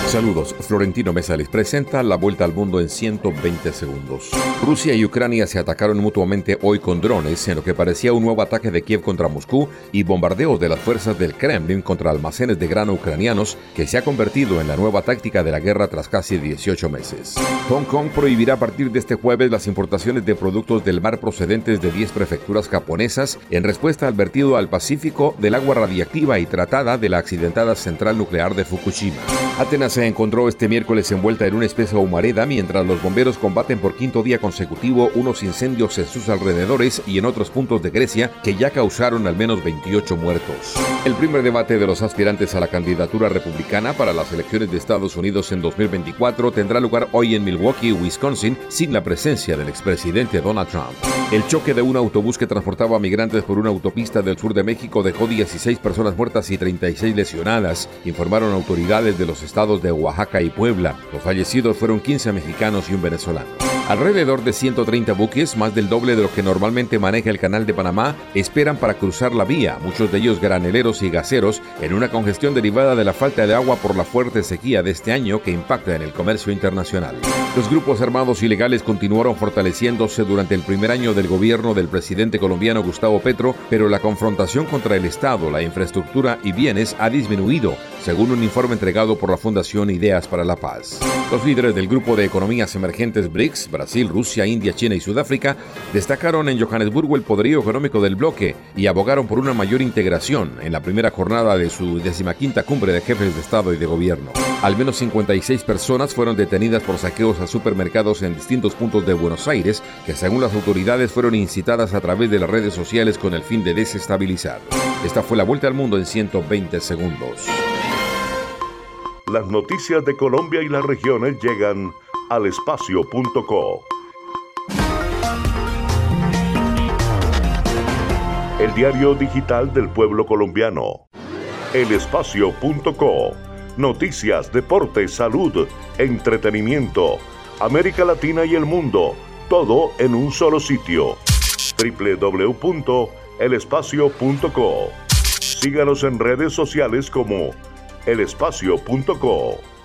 Saludos, Florentino Mesa les presenta la vuelta al mundo en 120 segundos. Rusia y Ucrania se atacaron mutuamente hoy con drones en lo que parecía un nuevo ataque de Kiev contra Moscú y bombardeos de las fuerzas del Kremlin contra almacenes de grano ucranianos, que se ha convertido en la nueva táctica de la guerra tras casi 18 meses. Hong Kong prohibirá a partir de este jueves las importaciones de productos del mar procedentes de 10 prefecturas japonesas en respuesta al vertido al Pacífico del agua radiactiva y tratada de la accidentada central nuclear de Fukushima. Atenas se encontró este miércoles envuelta en una espesa humareda mientras los bomberos combaten por quinto día consecutivo unos incendios en sus alrededores y en otros puntos de Grecia que ya causaron al menos 28 muertos. El primer debate de los aspirantes a la candidatura republicana para las elecciones de Estados Unidos en 2024 tendrá lugar hoy en Milwaukee, Wisconsin, sin la presencia del expresidente Donald Trump. El choque de un autobús que transportaba migrantes por una autopista del sur de México dejó 16 personas muertas y 36 lesionadas, informaron autoridades de los estados de Oaxaca y Puebla. Los fallecidos fueron 15 mexicanos y un venezolano. Alrededor de 130 buques, más del doble de lo que normalmente maneja el Canal de Panamá, esperan para cruzar la vía, muchos de ellos graneleros y gaseros, en una congestión derivada de la falta de agua por la fuerte sequía de este año que impacta en el comercio internacional. Los grupos armados ilegales continuaron fortaleciéndose durante el primer año del gobierno del presidente colombiano Gustavo Petro, pero la confrontación contra el Estado, la infraestructura y bienes ha disminuido, según un informe entregado por la Fundación Ideas para la Paz. Los líderes del grupo de economías emergentes BRICS, Brasil, Rusia, India, China y Sudáfrica, destacaron en Johannesburgo el poderío económico del bloque y abogaron por una mayor integración en la primera jornada de su 15ª cumbre de jefes de Estado y de Gobierno. Al menos 56 personas fueron detenidas por saqueos a supermercados en distintos puntos de Buenos Aires, que según las autoridades fueron incitadas a través de las redes sociales con el fin de desestabilizar. Esta fue la vuelta al mundo en 120 segundos. Las noticias de Colombia y las regiones llegan al espacio.co. El diario digital del pueblo colombiano. El espacio.co. Noticias, deportes, salud, entretenimiento, América Latina y el mundo, todo en un solo sitio. www.elespacio.co. Síganos en redes sociales como elespacio.co.